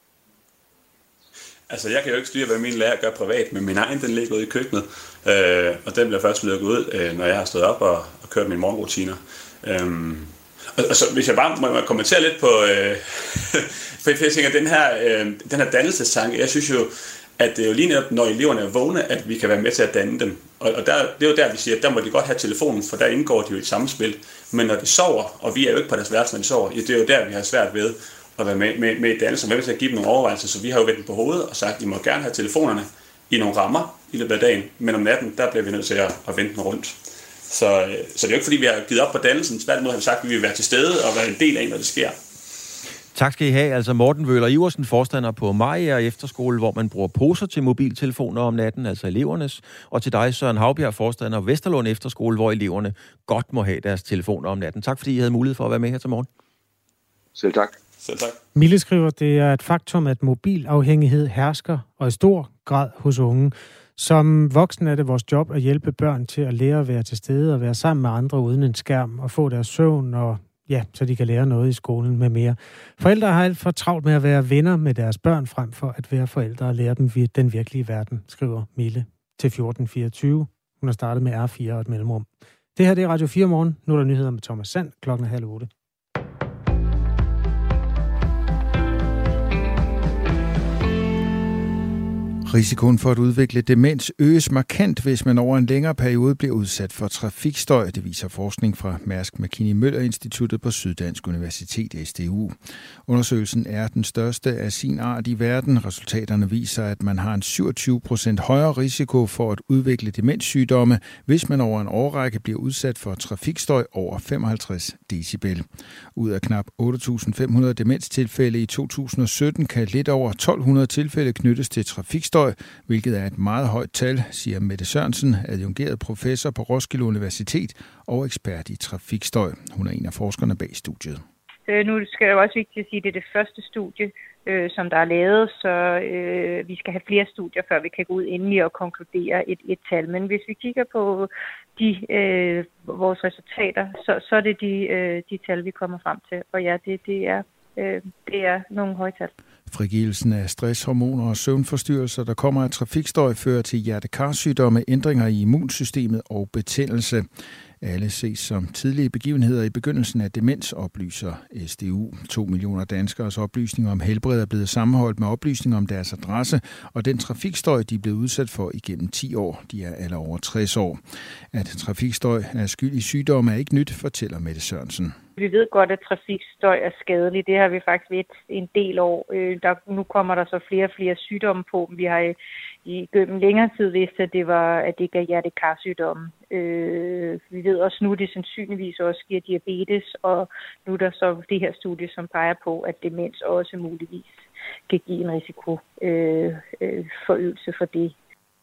Altså, jeg kan jo ikke styre, hvad min lærer gør privat, men min egen, den ligger ude i køkkenet. Øh, og den bliver først lukket ud, øh, når jeg har stået op og, og kørt mine morgenrutiner. Øhm, og, og så, hvis jeg bare må, må kommentere lidt på... Øh, for jeg tænker, den her, øh, den her dannelsestanke, jeg synes jo, at det er jo lige netop, når eleverne er vågne, at vi kan være med til at danne dem. Og, og der, det er jo der, vi siger, at der må de godt have telefonen, for der indgår de jo i et samspil. Men når de sover, og vi er jo ikke på deres værelse, når de sover, det er jo der, vi har svært ved at være med, med, med dannelse, og med til at give dem nogle overvejelser. Så vi har jo vendt på hovedet og sagt, at I må gerne have telefonerne i nogle rammer i løbet af dagen, men om natten, der bliver vi nødt til at, at vende den rundt. Så, så det er jo ikke, fordi vi har givet op på dannelsen. Tværtimod har vi sagt, at vi vil være til stede og være en del af, når det sker. Tak skal I have. Altså Morten Vøller Iversen, forstander på Maja Efterskole, hvor man bruger poser til mobiltelefoner om natten, altså elevernes. Og til dig, Søren Haubjerg, forstander Vesterlund Efterskole, hvor eleverne godt må have deres telefoner om natten. Tak fordi I havde mulighed for at være med her til morgen. Selv tak. Selv tak. Mille skriver, det er et faktum, at mobilafhængighed hersker og i stor grad hos unge. Som voksen er det vores job at hjælpe børn til at lære at være til stede og være sammen med andre uden en skærm og få deres søvn og ja, så de kan lære noget i skolen med mere. Forældre har alt for travlt med at være venner med deres børn, frem for at være forældre og lære dem den virkelige verden, skriver Mille til fjorten fireogtyve. Hun har startet med R fire og et mellemrum. Det her det er Radio fire morgen. Nu er der nyheder med Thomas Sand klokken halv otte. Risikoen for at udvikle demens øges markant, hvis man over en længere periode bliver udsat for trafikstøj. Det viser forskning fra Mærsk Mc-Kinney Møller Instituttet på Syddansk Universitet, S D U. Undersøgelsen er den største af sin art i verden. Resultaterne viser, at man har en syvogtyve procent højere risiko for at udvikle demenssygdomme, hvis man over en årrække bliver udsat for trafikstøj over femoghalvtreds decibel. Ud af knap otte tusind fem hundrede demenstilfælde i to tusind og sytten kan lidt over tolv hundrede tilfælde knyttes til trafikstøj, hvilket er et meget højt tal, siger Mette Sørensen, adjungeret professor på Roskilde Universitet og ekspert i trafikstøj. Hun er en af forskerne bag studiet. Øh, nu skal jeg også vigtigt at sige, at det er det første studie, øh, som der er lavet, så øh, vi skal have flere studier, før vi kan gå ud endelig og konkludere et, et tal. Men hvis vi kigger på de, øh, vores resultater, så, så er det de, øh, de tal, vi kommer frem til. Og ja, det, det, er, øh, det er nogle høje tal. Frigivelsen af stresshormoner og søvnforstyrrelser, der kommer af trafikstøj, fører til hjertekarsygdomme, ændringer i immunsystemet og betændelse. Alle ses som tidlige begivenheder i begyndelsen af demens, oplyser S D U. To millioner danskeres oplysninger om helbred er blevet sammenholdt med oplysninger om deres adresse, og den trafikstøj, de er blevet udsat for igennem ti år. De er alle over tres år. At trafikstøj er skyld i sygdomme er ikke nyt, fortæller Mette Sørensen. Vi ved godt, at trafikstøj er skadelig. Det har vi faktisk ved en del år. Der, nu kommer der så flere og flere sygdomme på. Vi har i gennem længere tid vidst, at det var at det gav hjertekarsygdomme. Øh, vi ved også nu, at det sandsynligvis også giver diabetes, og nu er der så det her studie, som peger på, at demens også muligvis kan give en risiko øh, øh, forøgelse for det.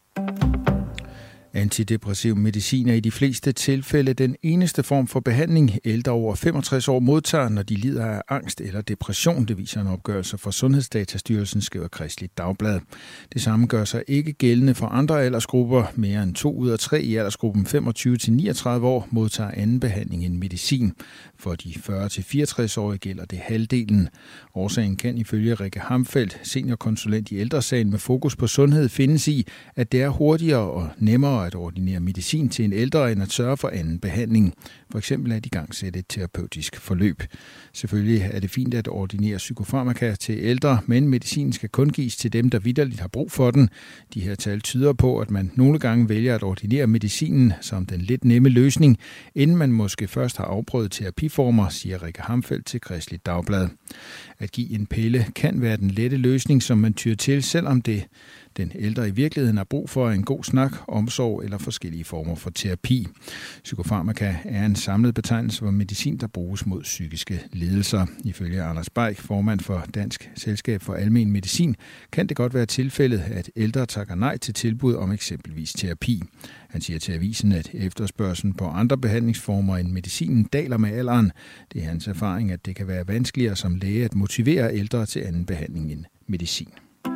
Antidepressiv medicin er i de fleste tilfælde den eneste form for behandling, ældre over femogtres år modtager, når de lider af angst eller depression. Det viser en opgørelse fra Sundhedsdatastyrelsen, skriver Kristeligt Dagblad. Det samme gør sig ikke gældende for andre aldersgrupper. Mere end to ud af tre i aldersgruppen femogtyve til niogtredive år modtager anden behandling end medicin. For de fyrre til fireogtres-årige gælder det halvdelen. Årsagen kan ifølge Rikke Hamfeldt, seniorkonsulent i Ældresagen med fokus på sundhed, findes i, at det er hurtigere og nemmere at ordinere medicin til en ældre end at sørge for anden behandling. For eksempel at igangsætte et terapeutisk forløb. Selvfølgelig er det fint at ordinere psykofarmaka til ældre, men medicinen skal kun gives til dem, der vitterligt har brug for den. De her tal tyder på, at man nogle gange vælger at ordinere medicinen som den lidt nemme løsning, inden man måske først har afprøvet terapiformer, siger Rikke Hamfeldt til Kristeligt Dagblad. At give en pille kan være den lette løsning, som man tyr til, selvom det den ældre i virkeligheden har brug for en god snak, omsorg eller forskellige former for terapi. Psykofarmaka er en samlet betegnelse for medicin, der bruges mod psykiske lidelser. Ifølge Anders Beik, formand for Dansk Selskab for Almen Medicin, kan det godt være tilfældet, at ældre takker nej til tilbud om eksempelvis terapi. Han siger til avisen, at efterspørgslen på andre behandlingsformer end medicinen daler med alderen. Det er hans erfaring, at det kan være vanskeligere som læge at motivere ældre til anden behandling end medicin.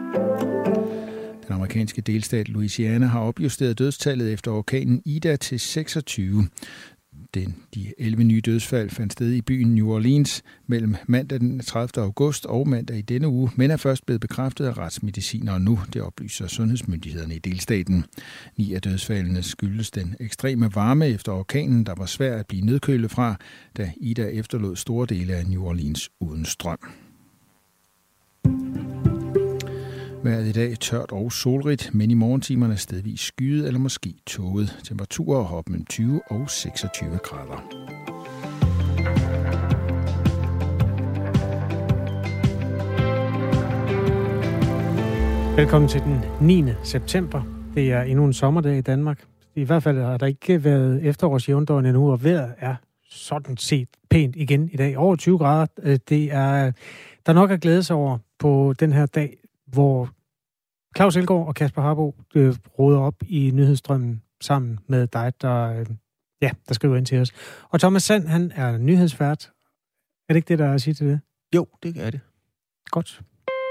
Den amerikanske delstat Louisiana har opjusteret dødstallet efter orkanen Ida til seksogtyve. Den, de elleve nye dødsfald fandt sted i byen New Orleans mellem mandag den tredivte august og mandag i denne uge, men er først blevet bekræftet af retsmedicinere nu, det oplyser sundhedsmyndighederne i delstaten. Ni af dødsfaldene skyldes den ekstreme varme efter orkanen, der var svær at blive nedkølet fra, da Ida efterlod store dele af New Orleans uden strøm. Vejret i dag tørt og solrigt, men i morgentimerne stedvis skyet eller måske tåget. Temperaturer op mellem tyve og seksogtyve grader. Velkommen til den niende september. Det er endnu en sommerdag i Danmark. I hvert fald har der ikke været efterårsjævndøgn endnu, og vejret er sådan set pænt igen i dag. Over tyve grader. Det er der er nok at glæde sig over på den her dag, hvor Claus Elgaard og Kasper Harbo øh, råder op i nyhedsstrømmen sammen med dig, der, øh, ja, der skriver ind til os. Og Thomas Sand, han er nyhedsvært. Er det ikke det, der er at sige til det? Jo, det er det. Godt.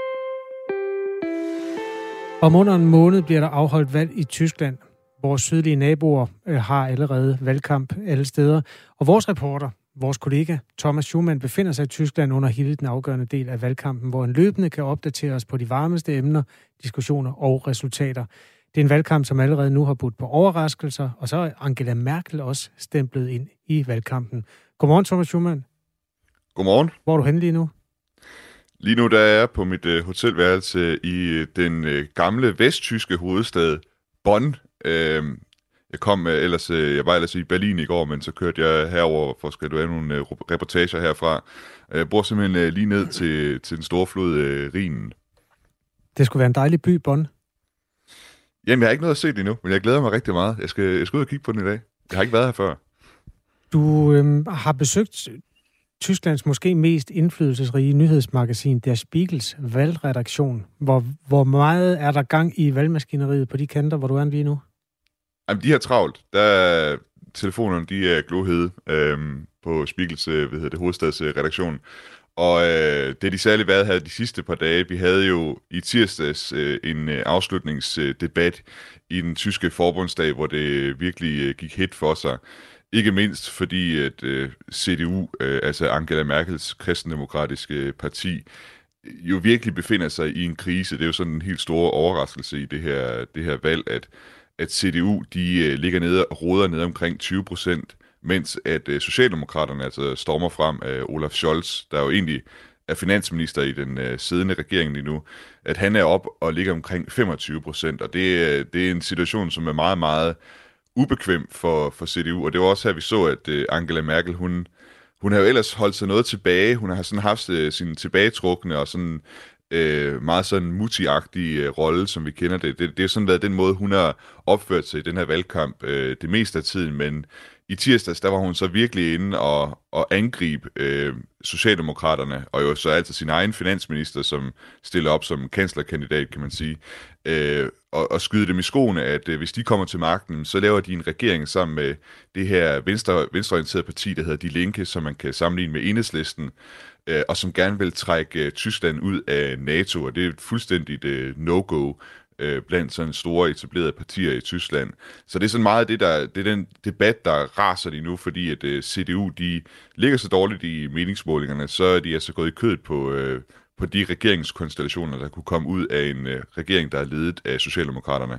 Om under en måned bliver der afholdt valg i Tyskland. Vores sydlige naboer øh, har allerede valgkamp alle steder. Og vores reporter, vores kollega Thomas Schumann, befinder sig i Tyskland under hele den afgørende del af valgkampen, hvor en løbende kan opdatere os på de varmeste emner, diskussioner og resultater. Det er en valgkamp, som allerede nu har budt på overraskelser, og så er Angela Merkel også stemplet ind i valgkampen. Godmorgen, Thomas Schumann. Godmorgen. Hvor er du henne lige nu? Lige nu der er jeg på mit øh, hotelværelse i øh, den øh, gamle vesttyske hovedstad Bonn. Øh, jeg kom øh, ellers, øh, jeg var ellers i Berlin i går, men så kørte jeg herover for at skal du have nogle øh, reportager herfra. Jeg bor simpelthen øh, lige ned til, til den store flod øh, Rhinen. Det skulle være en dejlig by, Bonn. Jamen, jeg har ikke noget at se det endnu, men jeg glæder mig rigtig meget. Jeg skal, jeg skal ud og kigge på den i dag. Jeg har ikke været her før. Du øh, har besøgt Tysklands måske mest indflydelsesrige nyhedsmagasin, Der Spiegels valgredaktion. Hvor, hvor meget er der gang i valgmaskineriet på de kanter, hvor du er lige nu? Jamen, de har travlt. Der er, telefonerne, de er glohede øhm, på Spiegels hvad hedder det, hovedstadsredaktion. Og øh, det er de særligt været her de sidste par dage. Vi havde jo i tirsdags øh, en øh, afslutningsdebat i den tyske forbundsdag, hvor det virkelig øh, gik hit for sig. Ikke mindst fordi, at øh, C D U, øh, altså Angela Merkels kristendemokratiske parti, jo virkelig befinder sig i en krise. Det er jo sådan en helt stor overraskelse i det her, det her valg, at, at C D U de øh, ligger nede og roder ned omkring tyve procent, mens at øh, Socialdemokraterne altså stormer frem af Olaf Scholz, der jo egentlig er finansminister i den øh, siddende regering lige nu, at han er op og ligger omkring femogtyve procent, og det, øh, det er en situation, som er meget, meget ubekvem for, for C D U, og det var også her, vi så, at øh, Angela Merkel, hun, hun har jo ellers holdt sig noget tilbage, hun har sådan haft øh, sine tilbagetrukne og sådan øh, meget sådan mutti-agtig øh, rolle, som vi kender det. det. Det er sådan været den måde, hun har opført sig i den her valgkamp øh, det meste af tiden, men i tirsdags, der var hun så virkelig inde og, og angribe øh, Socialdemokraterne, og jo så altså sin egen finansminister, som stiller op som kanslerkandidat, kan man sige, øh, og, og skyde dem i skoene, at øh, hvis de kommer til magten, så laver de en regering sammen med det her venstre, venstreorienterede parti, der hedder Die Linke, som man kan sammenligne med Enhedslisten, øh, og som gerne vil trække øh, Tyskland ud af NATO, og det er et fuldstændigt øh, no-go blandt sådan store etablerede partier i Tyskland. Så det er sådan meget det, der, det er den debat, der raser lige nu, fordi at uh, C D U, de ligger så dårligt i meningsmålingerne, så er de altså gået i kødet på, uh, på de regeringskonstellationer, der kunne komme ud af en uh, regering, der er ledet af Socialdemokraterne.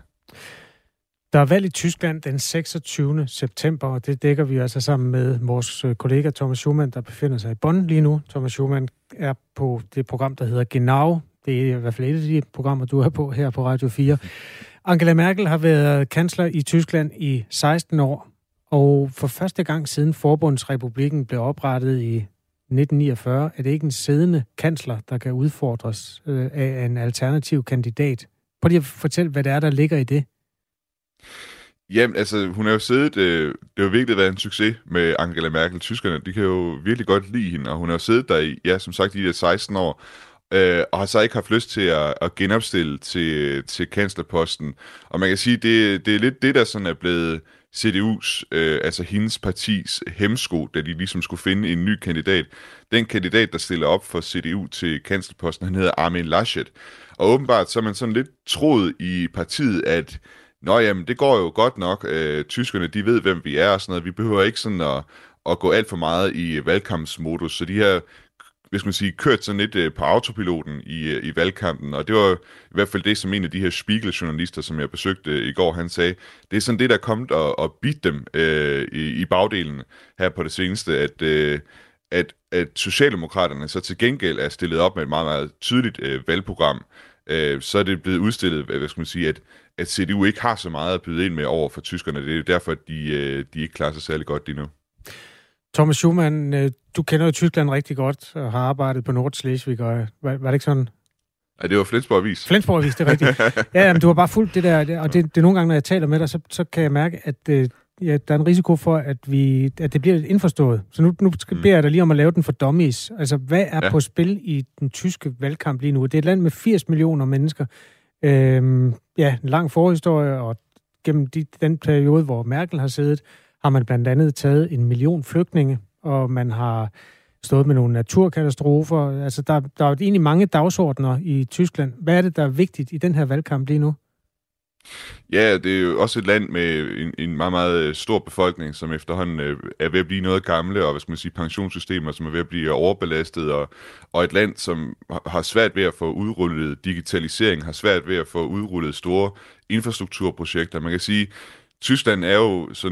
Der er valg i Tyskland den seksogtyvende september, og det dækker vi altså sammen med vores kollega Thomas Schumann, der befinder sig i Bonn lige nu. Thomas Schumann er på det program, der hedder Genau. Det er i hvert fald et af de programmer, du er på her på Radio fire. Angela Merkel har været kansler i Tyskland i seksten år, og for første gang siden Forbundsrepublikken blev oprettet i nitten niogfyrre, er det ikke en siddende kansler, der kan udfordres øh, af en alternativ kandidat. Prøv lige at fortælle, hvad det er, der ligger i det. Jamen, altså, hun har jo siddet, øh, det har virkelig været en succes med Angela Merkel. Tyskerne, de kan jo virkelig godt lide hende, og hun har jo siddet der i, ja, som sagt, i de seksten år, øh, og har så ikke haft lyst til at, at genopstille til, til kanslerposten. Og man kan sige, det, det er lidt det, der sådan er blevet C D U's, øh, altså hendes partis hemsko, da de ligesom skulle finde en ny kandidat. Den kandidat, der stiller op for C D U til kanslerposten, han hedder Armin Laschet. Og åbenbart så er man sådan lidt troet i partiet, at nå jamen, det går jo godt nok. Øh, tyskerne, de ved, hvem vi er og sådan noget. Vi behøver ikke sådan at, at gå alt for meget i valgkampsmodus. Så de har, hvis man siger, kørt sådan lidt øh, på autopiloten i, i valgkampen. Og det var i hvert fald det, som en af de her Spiegel-journalister, som jeg besøgte øh, i går, han sagde. Det er sådan det, der er kommet og, og bidt dem øh, i, i bagdelen her på det seneste, at, øh, at, at Socialdemokraterne så til gengæld er stillet op med et meget, meget tydeligt øh, valgprogram. Øh, så er det blevet udstillet, hvad skal man sige, at at C D U ikke har så meget at byde ind med over for tyskerne. Det er jo derfor, at de, de ikke klarer sig særlig godt lige nu. Thomas Schumann, du kender jo Tyskland rigtig godt og har arbejdet på Nordschleswig. Var, var det ikke sådan? Ja, det var Flensborg Avis. Flensborg Avis, det er rigtigt. Ja, jamen, du har bare fulgt det der, og det, det er nogle gange, når jeg taler med dig, så, så kan jeg mærke, at ja, der er en risiko for, at, vi, at det bliver lidt indforstået. Så nu, nu beder jeg dig lige om at lave den for dummies. Altså, hvad er ja. på spil i den tyske valgkamp lige nu? Det er et land med firs millioner mennesker. Øhm, ja, en lang forhistorie, og gennem de, den periode, hvor Merkel har siddet, har man blandt andet taget en million flygtninge, og man har stået med nogle naturkatastrofer. Altså, der, der er egentlig mange dagsordner i Tyskland. Hvad er det, der er vigtigt i den her valgkamp lige nu? Ja, det er jo også et land med en, en meget, meget stor befolkning, som efterhånden er ved at blive noget gamle, og hvad skal man sige, pensionssystemer, som er ved at blive overbelastet, og, og et land, som har svært ved at få udrullet digitalisering, har svært ved at få udrullet store infrastrukturprojekter. Man kan sige, Tyskland er jo sådan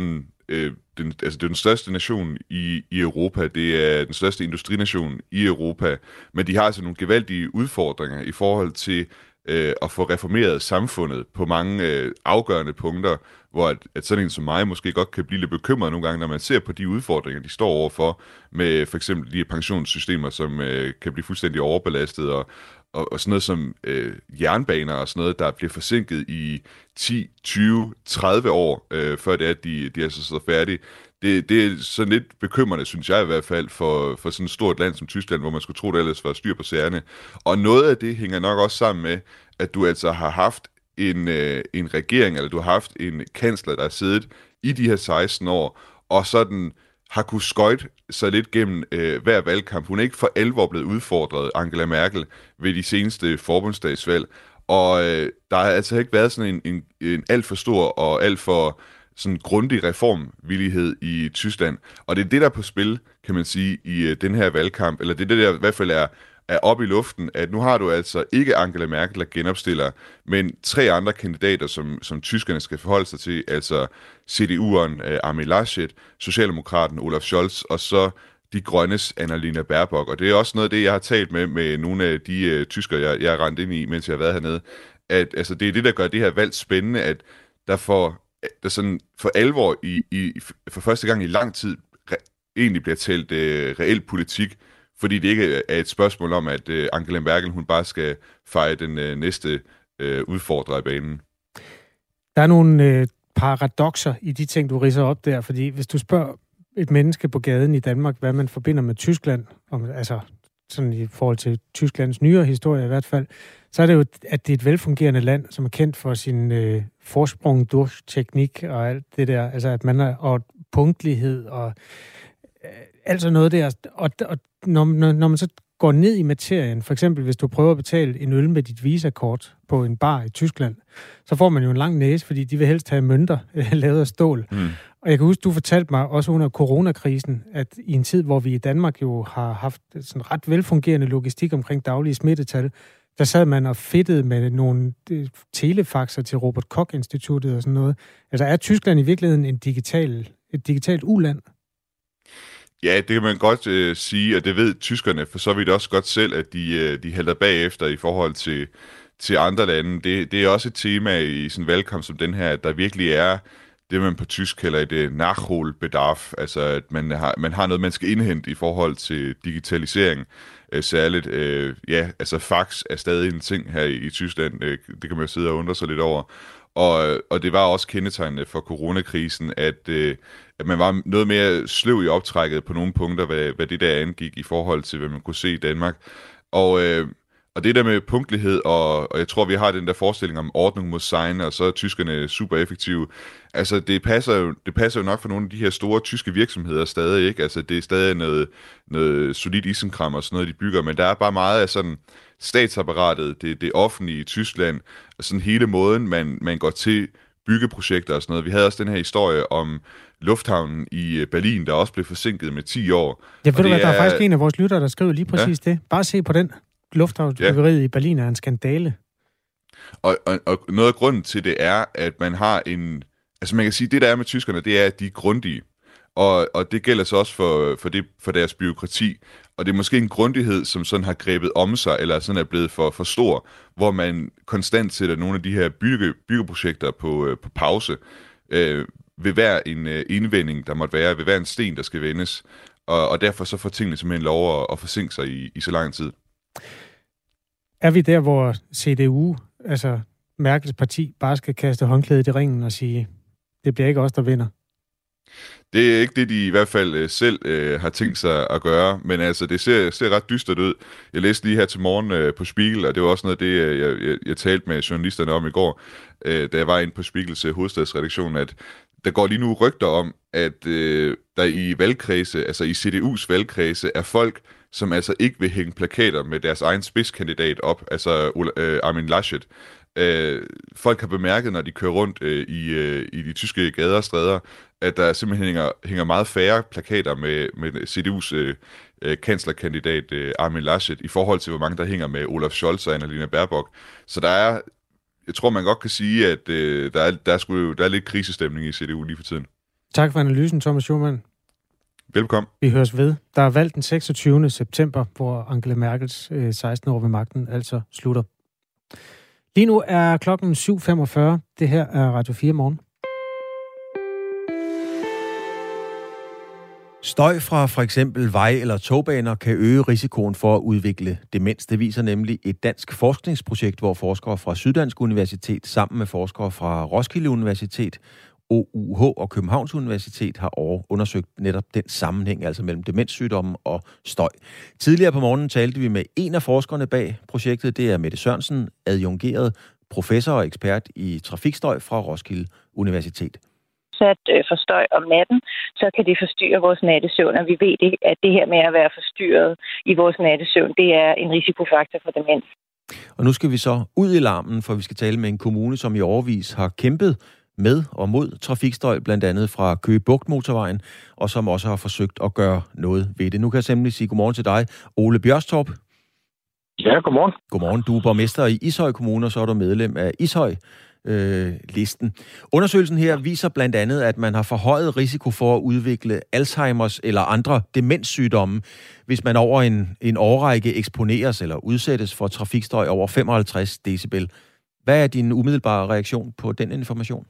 øh, den, altså det er den største nation i, i Europa, det er den største industrination i Europa, men de har altså nogle gevaldige udfordringer i forhold til øh, at få reformeret samfundet på mange øh, afgørende punkter, hvor at, at sådan en som mig måske godt kan blive lidt bekymret nogle gange, når man ser på de udfordringer, de står overfor, med for eksempel de her pensionssystemer, som øh, kan blive fuldstændig overbelastet, og, og, og sådan noget som øh, jernbaner og sådan noget, der bliver forsinket i ti, tyve, tredive år, øh, før det er, at de, de er så, så færdige. Det, det er sådan lidt bekymrende, synes jeg i hvert fald, for, for sådan et stort land som Tyskland, hvor man skulle tro, det ellers var styr på sagerne. Og noget af det hænger nok også sammen med, at du altså har haft en, øh, en regering, eller du har haft en kansler, der har siddet i de her seksten år, og sådan har kunne skøjte sig lidt gennem øh, hver valgkamp. Hun er ikke for alvor blevet udfordret, Angela Merkel, ved de seneste forbundsdagsvalg. Og øh, der har altså ikke været sådan en, en, en alt for stor og alt for sådan grundig reformvillighed i Tyskland. Og det er det, der er på spil, kan man sige, i øh, den her valgkamp, eller det er det, der i hvert fald er, er oppe i luften, at nu har du altså ikke Angela Merkel, der genopstiller, men tre andre kandidater, som, som tyskerne skal forholde sig til, altså C D U'eren øh, Armin Laschet, Socialdemokraten Olaf Scholz, og så de grønnes Annalena Baerbock. Og det er også noget af det, jeg har talt med med nogle af de øh, tyskere, jeg, jeg har rendt ind i, mens jeg har været hernede, at altså, det er det, der gør det her valg spændende, at der får der sådan for alvor i, i, for første gang i lang tid re- egentlig bliver talt øh, reel politik, fordi det ikke er et spørgsmål om, at øh, Angela Merkel hun bare skal feje den øh, næste øh, udfordrer i banen. Der er nogle øh, paradokser i de ting, du ridser op der, fordi hvis du spørger et menneske på gaden i Danmark, hvad man forbinder med Tyskland, om, altså sådan i forhold til Tysklands nyere historie i hvert fald, så er det jo, at det er et velfungerende land, som er kendt for sin øh, forsprung, teknik og alt det der, altså at man har, og punktlighed og øh, altså noget der, og, og når, når man så går ned i materien, for eksempel hvis du prøver at betale en øl med dit Visa-kort på en bar i Tyskland, så får man jo en lang næse, fordi de vil helst have mønter lavet af stål. Mm. Og jeg kan huske, du fortalte mig også under coronakrisen, at i en tid, hvor vi i Danmark jo har haft sådan ret velfungerende logistik omkring daglige smittetal, der sad man og fedtede med nogle telefaxer til Robert Koch-instituttet og sådan noget. Altså er Tyskland i virkeligheden en digital, et digitalt uland? Ja, det kan man godt øh, sige, og det ved tyskerne for så vidt også godt selv, at de, øh, de halter bagefter i forhold til, til andre lande. Det, det er også et tema i sådan en valgkamp som den her, at der virkelig er det, man på tysk kalder et Nachholbedarf, altså at man har, man har noget, man skal indhente i forhold til digitalisering. Øh, særligt, øh, ja, altså fax er stadig en ting her i, i Tyskland, øh, det kan man jo sidde og undre sig lidt over. Og, og det var også kendetegnende for coronakrisen, at, øh, at man var noget mere sløv i optrækket på nogle punkter, hvad, hvad det der angik i forhold til, hvad man kunne se i Danmark. Og, øh, og det der med punktlighed, og, og jeg tror, vi har den der forestilling om ordning mod sign, og så er tyskerne super effektive. Altså, det passer jo, det passer jo nok for nogle af de her store tyske virksomheder stadig, ikke? Altså, det er stadig noget, noget solid isenkram og sådan noget, de bygger, men der er bare meget af sådan statsapparatet, det, det offentlige i Tyskland, og sådan hele måden, man, man går til byggeprojekter og sådan noget. Vi havde også den her historie om lufthavnen i Berlin, der også blev forsinket med ti år. Ja, ved du hvad, der er faktisk en af vores lyttere, der skriver lige præcis ja. det. Bare se på den. Lufthavnsbyggeriet ja. i Berlin er en skandale. Og, og, og noget af grunden til det er, at man har en... Altså man kan sige, det der er med tyskerne, det er, at de er grundige. Og, og det gælder så også for, for, det, for deres byråkrati. Og det er måske en grundighed, som sådan har grebet om sig, eller sådan er blevet for, for stor, hvor man konstant sætter nogle af de her bygge, byggeprojekter på, på pause, øh, ved hver en øh, indvending, der måtte være, ved hver en sten, der skal vendes. Og, og derfor så får tingene simpelthen lov at, at forsinke sig i, i så lang tid. Er vi der, hvor C D U, altså Merkels parti, bare skal kaste håndklædet i ringen og sige, det bliver ikke os, der vinder? Det er ikke det, de i hvert fald øh, selv øh, har tænkt sig at gøre, men altså, det ser, ser ret dystert ud. Jeg læste lige her til morgen øh, på Spiegel, og det var også noget af det, jeg, jeg, jeg talte med journalisterne om i går, øh, da jeg var inde på Spiegels øh, hovedstadsredaktion, at der går lige nu rygter om, at øh, der i valgkredse, altså i C D U's valgkredse, er folk, som altså ikke vil hænge plakater med deres egen spidskandidat op, altså øh, Armin Laschet. Øh, folk har bemærket, når de kører rundt øh, i, øh, i de tyske gader og stræder, at der simpelthen hænger, hænger meget færre plakater med, med C D U's øh, øh, kanslerkandidat øh, Armin Laschet, i forhold til, hvor mange der hænger med Olaf Scholz og Annalena Baerbock. Så der er, jeg tror, man godt kan sige, at øh, der, er, der, er sgu, der er lidt krisestemning i C D U lige for tiden. Tak for analysen, Thomas Schumann. Velkommen. Vi høres ved. Der er valgt den seksogtyvende september, hvor Angela Merkels øh, seksten år ved magten altså slutter. Lige nu er klokken syv femogfyrre. Det her er Radio fire Morgen. Støj fra for eksempel vej- eller togbaner kan øge risikoen for at udvikle demens. Det viser nemlig et dansk forskningsprojekt, hvor forskere fra Syddansk Universitet sammen med forskere fra Roskilde Universitet, O U H og Københavns Universitet har undersøgt netop den sammenhæng, altså mellem demenssygdomme og støj. Tidligere på morgenen talte vi med en af forskerne bag projektet. Det er Mette Sørensen, adjungeret professor og ekspert i trafikstøj fra Roskilde Universitet. For støj om natten, så kan det forstyrre vores nattesøvn, og vi ved det, at det her med at være forstyrret i vores nattesøvn, det er en risikofaktor for demens. Og nu skal vi så ud i larmen, for vi skal tale med en kommune, som i årevis har kæmpet med og mod trafikstøj, blandt andet fra Køge Bugt motorvejen, og som også har forsøgt at gøre noget ved det. Nu kan jeg simpelthen sige godmorgen til dig, Ole Bjørstorp. Ja, godmorgen. Godmorgen. Du er borgmester i Ishøj Kommune, og så er du medlem af Ishøj Øh, listen. Undersøgelsen her viser blandt andet, at man har forhøjet risiko for at udvikle Alzheimers eller andre demenssygdomme, hvis man over en, en årrække eksponeres eller udsættes for trafikstøj over femoghalvtreds decibel. Hvad er din umiddelbare reaktion på den information?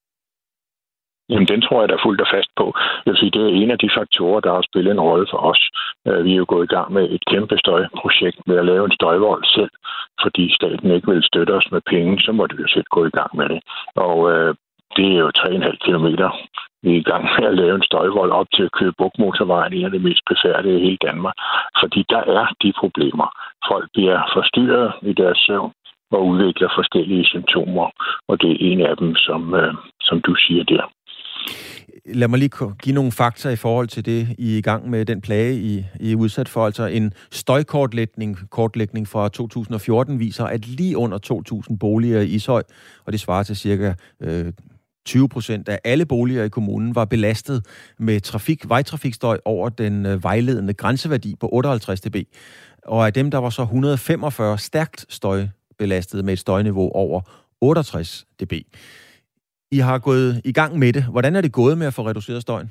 Jamen, den tror jeg, der er fuldt og fast på. Jeg vil sige, det er en af de faktorer, der har spillet en rolle for os. Vi er jo gået i gang med et kæmpe støjprojekt med at lave en støjvold selv, fordi staten ikke ville støtte os med penge, så måtte vi jo selv gå i gang med det. Og øh, det er jo tre komma fem kilometer, vi er i gang med at lave en støjvold op til Køge Bugt motorvejen, en af de mest befærdede i hele Danmark. Fordi der er de problemer. Folk bliver forstyrret i deres søvn og udvikler forskellige symptomer, og det er en af dem, som, øh, som du siger der. Lad mig lige give nogle fakta i forhold til det, I er i gang med den plage, I, I er udsat for. Altså en støjkortlægning kortlægning fra to tusind og fjorten viser, at lige under to tusind boliger i Ishøj, og det svarer til cirka øh, tyve procent af alle boliger i kommunen, var belastet med trafik, vejtrafikstøj over den øh, vejledende grænseværdi på otteoghalvtreds decibel. Og af dem, der var så et hundrede og femogfyrre stærkt støjbelastet med et støjniveau over otteogtres decibel. I har gået i gang med det. Hvordan er det gået med at få reduceret støjen?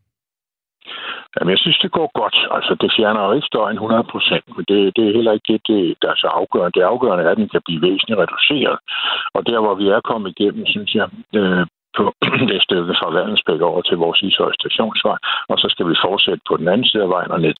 Jamen, jeg synes, det går godt. Altså, det fjerner jo ikke støjen hundrede procent, men det, det er heller ikke det, det, der er så afgørende. Det afgørende er, at den kan blive væsentligt reduceret. Og der, hvor vi er kommet igennem, synes jeg, øh, på det stykke fra Vallensbæk over til vores Ishøj Stationsvej, og så skal vi fortsætte på den anden side af vejen og ned